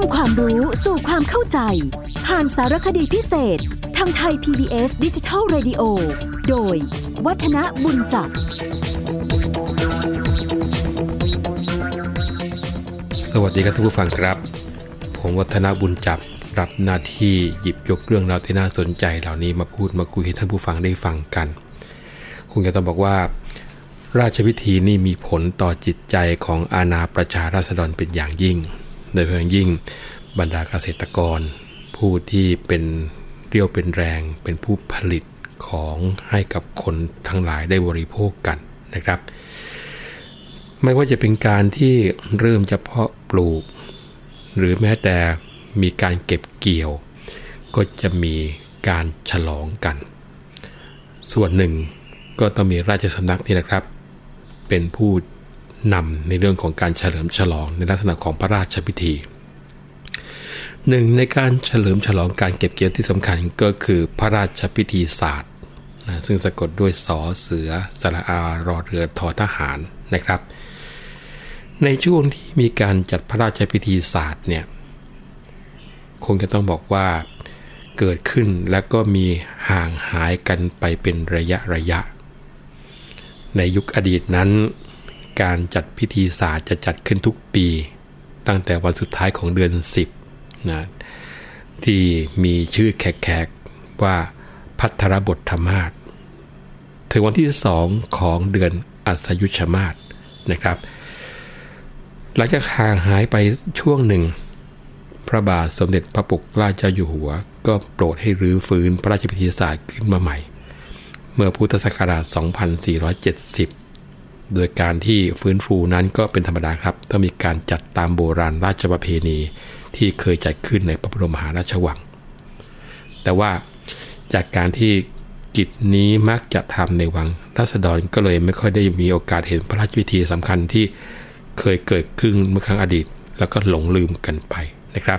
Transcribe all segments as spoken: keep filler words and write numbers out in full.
ำความรู้สู่ความเข้าใจผ่านสารคดีพิเศษทางไทย พี บี เอส Digital Radio โดยวัฒนบุญจับสวัสดีครับท่านผู้ฟังครับผมวัฒนบุญจับรับหน้าที่หยิบยกเรื่องราวที่น่าสนใจเหล่านี้มาพูดมาคุยให้ท่านผู้ฟังได้ฟังกันคงจะต้องบอกว่าราชพิธีนี่มีผลต่อจิตใจของอาณาประชาราษฎรเป็นอย่างยิ่งโดยเฉพาะยิ่งบรรดาเกษตรกรผู้ที่เป็นเรี่ยวเป็นแรงเป็นผู้ผลิตของให้กับคนทั้งหลายได้บริโภคกันนะครับไม่ว่าจะเป็นการที่เริ่มจะเพาะปลูกหรือแม้แต่มีการเก็บเกี่ยวก็จะมีการฉลองกันส่วนหนึ่งก็ต้องมีราชสำนักนี่นะครับเป็นผู้นำในเรื่องของการเฉลิมฉลองในลักษณะของพระราชพิธีหนึ่งในการเฉลิมฉลองการเก็บเกี่ยวที่สำคัญก็คือพระราชพิธีศาสตร์นะซึ่งสะกดด้วยสอเสือสระอารอเรือทอทหารนะครับในช่วงที่มีการจัดพระราชพิธีศาสตร์เนี่ยคงจะต้องบอกว่าเกิดขึ้นแล้วก็มีห่างหายกันไปเป็นระยะระยะในยุคอดีตนั้นการจัดพิธีศาสตร์จะจัดขึ้นทุกปีตั้งแต่วันสุดท้ายของเดือนสิบนะที่มีชื่อแขกๆว่าภัทรบทธมาสถึงวันที่สองของเดือนอัสยุชมาสนะครับหลังจากห่างหายไปช่วงหนึ่งพระบาทสมเด็จพระปกเกล้าเจ้าอยู่หัวก็โปรดให้รื้อฟื้นพระราชพิธีศาสตร์ขึ้นมาใหม่เมื่อพุทธศักราชสองพันสี่ร้อยเจ็ดสิบโดยการที่ฟื้นฟูนั้นก็เป็นธรรมดาครับต้องมีการจัดตามโบราณราชประเพณีที่เคยจัดขึ้นในพระบรมมหาราชวังแต่ว่าจากการที่กิจนี้มักจะทำในวังราษฎรก็เลยไม่ค่อยได้มีโอกาสเห็นพระราชพิธีสำคัญที่เคยเกิดขึ้นเมื่อครั้งอดีตแล้วก็หลงลืมกันไปนะครับ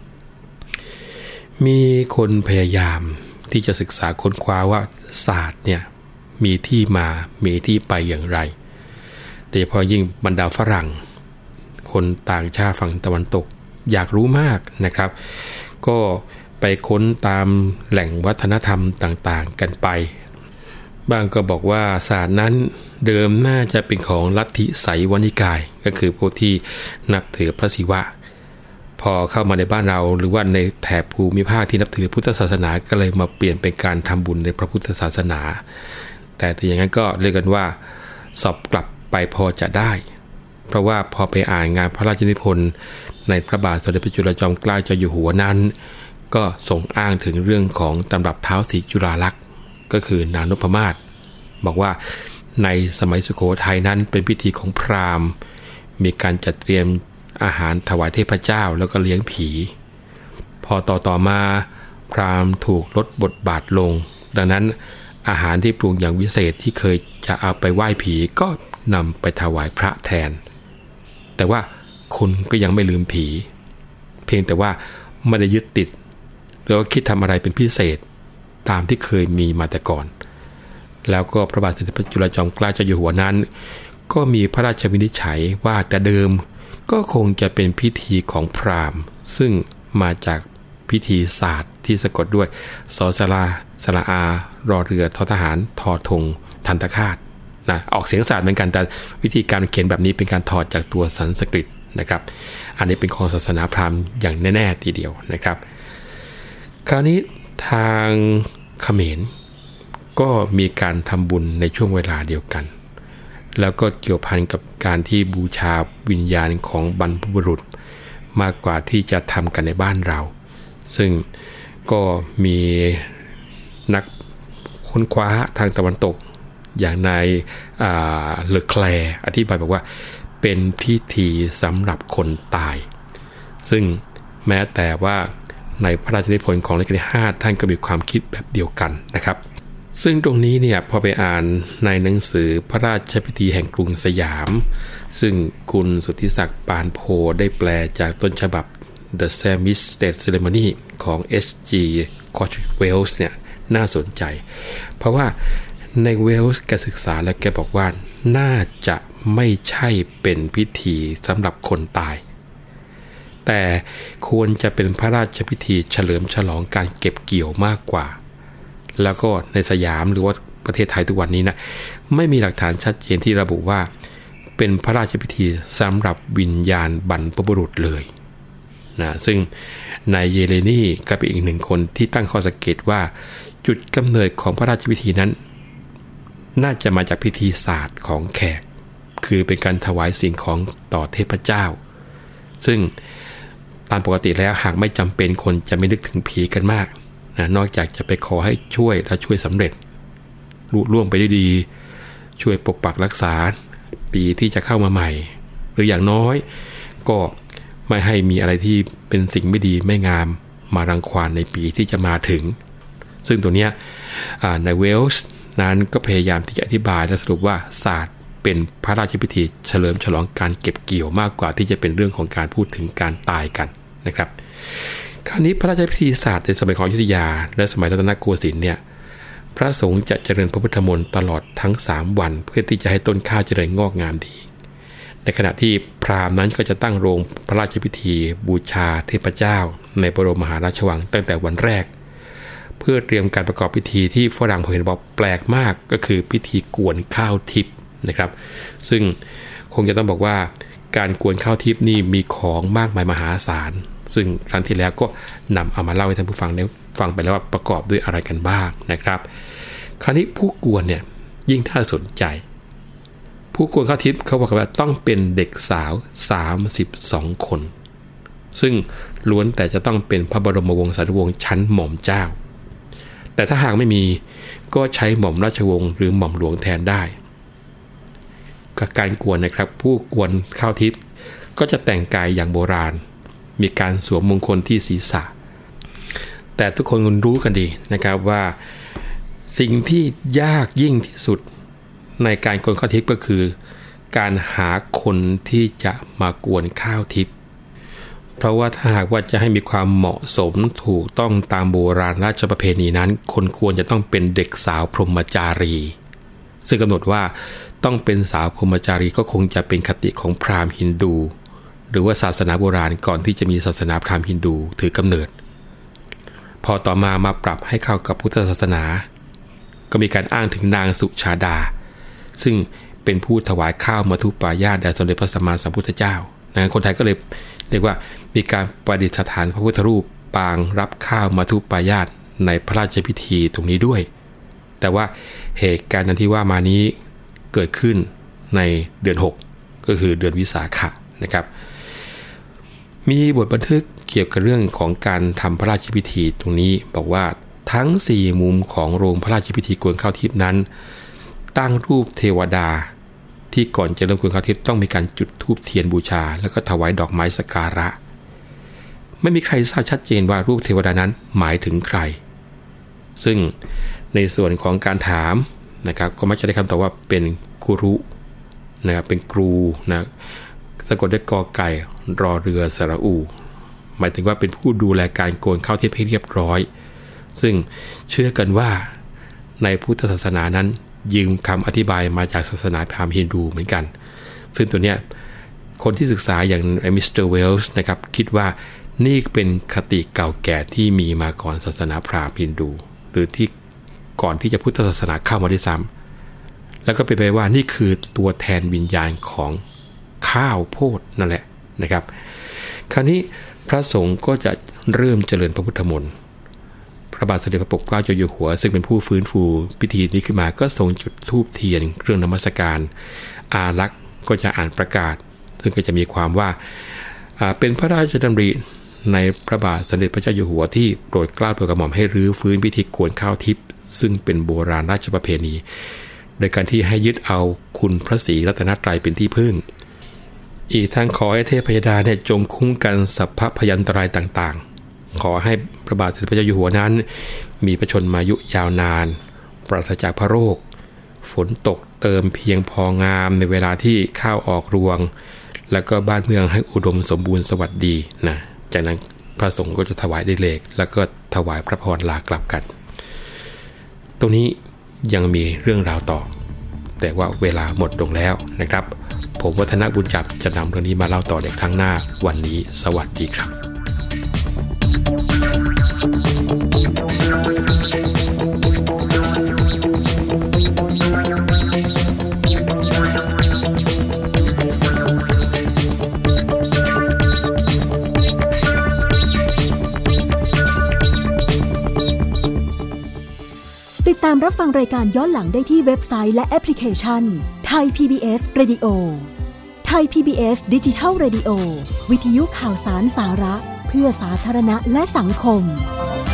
มีคนพยายามที่จะศึกษาค้นคว้าว่าศาสตร์เนี่ยมีที่มามีที่ไปอย่างไรโดยเฉพาะยิ่งบรรดาฝรั่งคนต่างชาติฝั่งตะวันตกอยากรู้มากนะครับก็ไปค้นตามแหล่งวัฒนธรรมต่างๆกันไปบางก็บอกว่าศาสตร์นั้นเดิมน่าจะเป็นของลัทธิไสยวนิกายก็คือพวกที่นับถือพระศิวะพอเข้ามาในบ้านเราหรือว่าในแถบภูมิภาคที่นับถือพุทธศาสนาก็เลยมาเปลี่ยนเป็นการทำบุญในพระพุทธศาสนาแต่ถึงอย่างนั้นก็เรียกกันว่าสอบกลับไปพอจะได้เพราะว่าพอไปอ่านงานพระราชนิพนธ์ในพระบาทสมเด็จพระจุลจอมเกล้าเจ้าอยู่หัวนั้นก็ส่งอ้างถึงเรื่องของตำรับท้าวศรีจุฬาลักษณ์ก็คือนางนพมาศบอกว่าในสมัยสุโขทัยนั้นเป็นพิธีของพราหมณ์มีการจัดเตรียมอาหารถวายเทพเจ้าแล้วก็เลี้ยงผีพอต่อต่อมาพราหมณ์ถูกลดบทบาทลงดังนั้นอาหารที่ปรุงอย่างวิเศษที่เคยจะเอาไปไหว้ผีก็นำไปถวายพระแทนแต่ว่าคุณก็ยังไม่ลืมผีเพียงแต่ว่าไม่ได้ยึดติดหรือว่าคิดทำอะไรเป็นพิเศษตามที่เคยมีมาแต่ก่อนแล้วก็พระบาทสมเด็จพระจุลจอมเกล้าเจ้าอยู่หัวนั้นก็มีพระราชวินิจฉัยว่าแต่เดิมก็คงจะเป็นพิธีของพราหมณ์ซึ่งมาจากพิธีศาสตร์ที่สะกดด้วยสอสราสระอารอเรือทอทหารทอธงทันตคาตนะออกเสียงศาสตร์เหมือนกันแต่วิธีการเขียนแบบนี้เป็นการถอดจากตัวสันสกฤตนะครับอันนี้เป็นของศาสนาพราหมณ์อย่างแน่ๆทีเดียวนะครับคราวนี้ทางเขมรก็มีการทำบุญในช่วงเวลาเดียวกันแล้วก็เกี่ยวพันกับการที่บูชาวิญญาณของบรรพบุรุษมากกว่าที่จะทำกันในบ้านเราซึ่งก็มีนักค้นคว้าทางตะวันตกอย่างนายเลอแคลร์อธิบายบอกว่าเป็นพิธีสำหรับคนตายซึ่งแม้แต่ว่าในพระราชนิพนธ์ของรัชกาลที่ห้าท่านก็มีความคิดแบบเดียวกันนะครับซึ่งตรงนี้เนี่ยพอไปอ่านในหนังสือพระราชพิธีแห่งกรุงสยามซึ่งคุณสุทธิศักดิ์ปานโพได้แปลจากต้นฉบับ The Samish State Ceremony ของ เอช จี Cottrell เนี่ยน่าสนใจเพราะว่าในเวลส์แกศึกษาแล้วแกบอกว่าน่าจะไม่ใช่เป็นพิธีสำหรับคนตายแต่ควรจะเป็นพระราชพิธีเฉลิมฉลองการเก็บเกี่ยวมากกว่าแล้วก็ในสยามหรือว่าประเทศไทยทุกวันนี้นะไม่มีหลักฐานชัดเจนที่ระบุว่าเป็นพระราชพิธีสำหรับวิญญาณบรรพบุรุษเลยนะซึ่งนายเยเลนีก็เป็นอีกหนึ่งคนที่ตั้งข้อสังเกตว่าจุดกำเนิดของพระราชพิธีนั้นน่าจะมาจากพิธีศาสตร์ของแขกคือเป็นการถวายสิ่งของต่อเทพเจ้าซึ่งตามปกติแล้วหากไม่จำเป็นคนจะไม่นึกถึงผีกันมากนะนอกจากจะไปขอให้ช่วยและช่วยสำเร็จลุล่วงไปได้ดีช่วยปกปักรักษาปีที่จะเข้ามาใหม่หรืออย่างน้อยก็ไม่ให้มีอะไรที่เป็นสิ่งไม่ดีไม่งามมารังควานในปีที่จะมาถึงซึ่งตัวเนี้ยในเวลส์นั้นก็พยายามที่จะอธิบายและสรุปว่าศาสตร์เป็นพระราชพิธีเฉลิมฉลองการเก็บเกี่ยวมากกว่าที่จะเป็นเรื่องของการพูดถึงการตายกันนะครับคราวนี้พระราชพิธีศาสตร์ในสมัยของอยุธยาและสมัยรัตนโกสินทร์เนี่ยพระสงฆ์จะเจริญพระพุทธมนต์ตลอดทั้งสามวันเพื่อที่จะให้ต้นข้าวเจริญงอกงามดีในขณะที่พราหมณ์นั้นก็จะตั้งโรงพระราชพิธีบูชาเทพเจ้าในบรมมหาราชวังตั้งแต่วันแรกเพื่อเตรียมการประกอบพิธีที่ฝรั่งเห็นบอกแปลกมากก็คือพิธีกวนข้าวทิพย์นะครับซึ่งคงจะต้องบอกว่าการกวนข้าวทิพย์นี่มีของมากมายมหาศาลซึ่งครั้งที่แล้วก็นำเอามาเล่าให้ท่านผู้ฟังได้ฟังไปแล้วว่าประกอบด้วยอะไรกันบ้างนะครับคราวนี้ผู้กวนเนี่ยยิ่งน่าสนใจผู้กวนข้าวทิพย์เขาบอกว่าต้องเป็นเด็กสาวสามสิบสองคนซึ่งล้วนแต่จะต้องเป็นพระบรมวงศานุวงศ์ชั้นหม่อมเจ้าแต่ถ้าหากไม่มีก็ใช้หม่อมราชวงศ์หรือหม่อมหลวงแทนได้กับการกวนนะครับผู้กวนข้าวทิพย์ก็จะแต่งกายอย่างโบราณมีการสวมมงคลที่ศีรษะแต่ทุกคนรู้กันดีนะครับว่าสิ่งที่ยากยิ่งที่สุดในการกวนข้าวทิพย์ก็คือการหาคนที่จะมากวนข้าวทิพย์เพราะว่าถ้าหากว่าจะให้มีความเหมาะสมถูกต้องตามโบราณราชประเพณีนั้นคนควรจะต้องเป็นเด็กสาวพรหมจารีซึ่งกำหนดว่าต้องเป็นสาวพรหมจารีก็คงจะเป็นคติของพราหมณ์ฮินดูหรือว่าศาสนาโบราณก่อนที่จะมีศาสนาพราหมณ์ฮินดูถือกำเนิดพอต่อมามาปรับให้เข้ากับพุทธศาสนาก็มีการอ้างถึงนางสุชาดาซึ่งเป็นผู้ถวายข้าวมัทุปายาตแด่สมเด็จพระสัมมาสัมพุทธเจ้านะคนไทยก็เลยเรียกว่ามีการประดิษฐานพระพุทธรูปปางรับข้าวมัทุปายาตในพระราชพิธีตรงนี้ด้วยแต่ว่าเหตุการณ์นั้นที่ว่ามานี้เกิดขึ้นในเดือนหกก็คือเดือนวิสาขะนะครับมีบทบันทึกเกี่ยวกับเรื่องของการทำพระราชพิธีตรงนี้บอกว่าทั้งสี่มุมของโรงพระราชพิธีกวนข้าวทิพย์นั้นตั้งรูปเทวดาที่ก่อนจะเริ่มกวนข้าวทิพย์ต้องมีการจุดธูปเทียนบูชาแล้วก็ถวายดอกไม้สักการะไม่มีใครทราบชัดเจนว่ารูปเทวดานั้นหมายถึงใครซึ่งในส่วนของการถามนะครับก็มักจะได้คำตอบว่าเป็นกุรุนะครับเป็นครูนะสะกดด้วยกอไก่รอเรือสระอูหมายถึงว่าเป็นผู้ดูแลการโกนข้าวทิพย์ให้เรียบร้อยซึ่งเชื่อกันว่าในพุทธศาสนานั้นยืมคำอธิบายมาจากศาสนาพราหมณ์ฮินดูเหมือนกันซึ่งตัวเนี้ยคนที่ศึกษาอย่างมิสเตอร์เวลส์นะครับคิดว่านี่เป็นคติเก่าแก่ที่มีมาก่อนศาสนาพราหมณ์ฮินดูหรือที่ก่อนที่จะพุทธศาสนาเข้ามาด้วยซ้ำแล้วก็เป็นไปว่านี่คือตัวแทนวิญญาณของข้าวโพดนั่นแหละนะครับคราวนี้พระสงฆ์ก็จะเริ่มเจริญพระพุทธมนต์พระบาทสมเด็จพระปกเกล้าเจ้าอยู่หัวซึ่งเป็นผู้ฟื้นฟูพิธีนี้ขึ้นมาก็ทรงจุดธูปเทียนเครื่องนมัสการอารักษ์ก็จะอ่านประกาศซึ่งก็จะมีความว่าเป็นพระราชดำริในพระบาทสมเด็จพระเจ้าอยู่หัวที่โปรดเกล้าโปรดกระหม่อมให้รื้อฟื้นพิธีกวนข้าวทิพย์ซึ่งเป็นโบราณราชประเพณีโดยการที่ให้ยึดเอาคุณพระศรีรัตนตรัยเป็นที่พึ่งอีกทั้งขอให้เทพยดาเนี่ยจงคุ้มกันสัพพพยันตรายต่างๆขอให้พระบาทสมเด็จพระเจ้าอยู่หัวนั้นมีพระชนมายุยาวนานปราศจากพระโรคฝนตกเติมเพียงพองามในเวลาที่ข้าวออกรวงแล้วก็บ้านเมืองให้อุดมสมบูรณ์สวัสดีนะจากนั้นพระสงฆ์ก็จะถวายได้เลขแล้วก็ถวายพระพรลากลับกันตรงนี้ยังมีเรื่องราวต่อแต่ว่าเวลาหมดลงแล้วนะครับพผมวัฒนบุญจับจะนำเรื่องนี้มาเล่าต่อในครั้งหน้าวันนี้สวัสดีครับติดตามรับฟังรายการย้อนหลังได้ที่เว็บไซต์และแอปพลิเคชัน Thai พี บี เอส Radio Thai พี บี เอส Digital Radio วิทยุข่าวสารสาระเพื่อสาธารณะและสังคม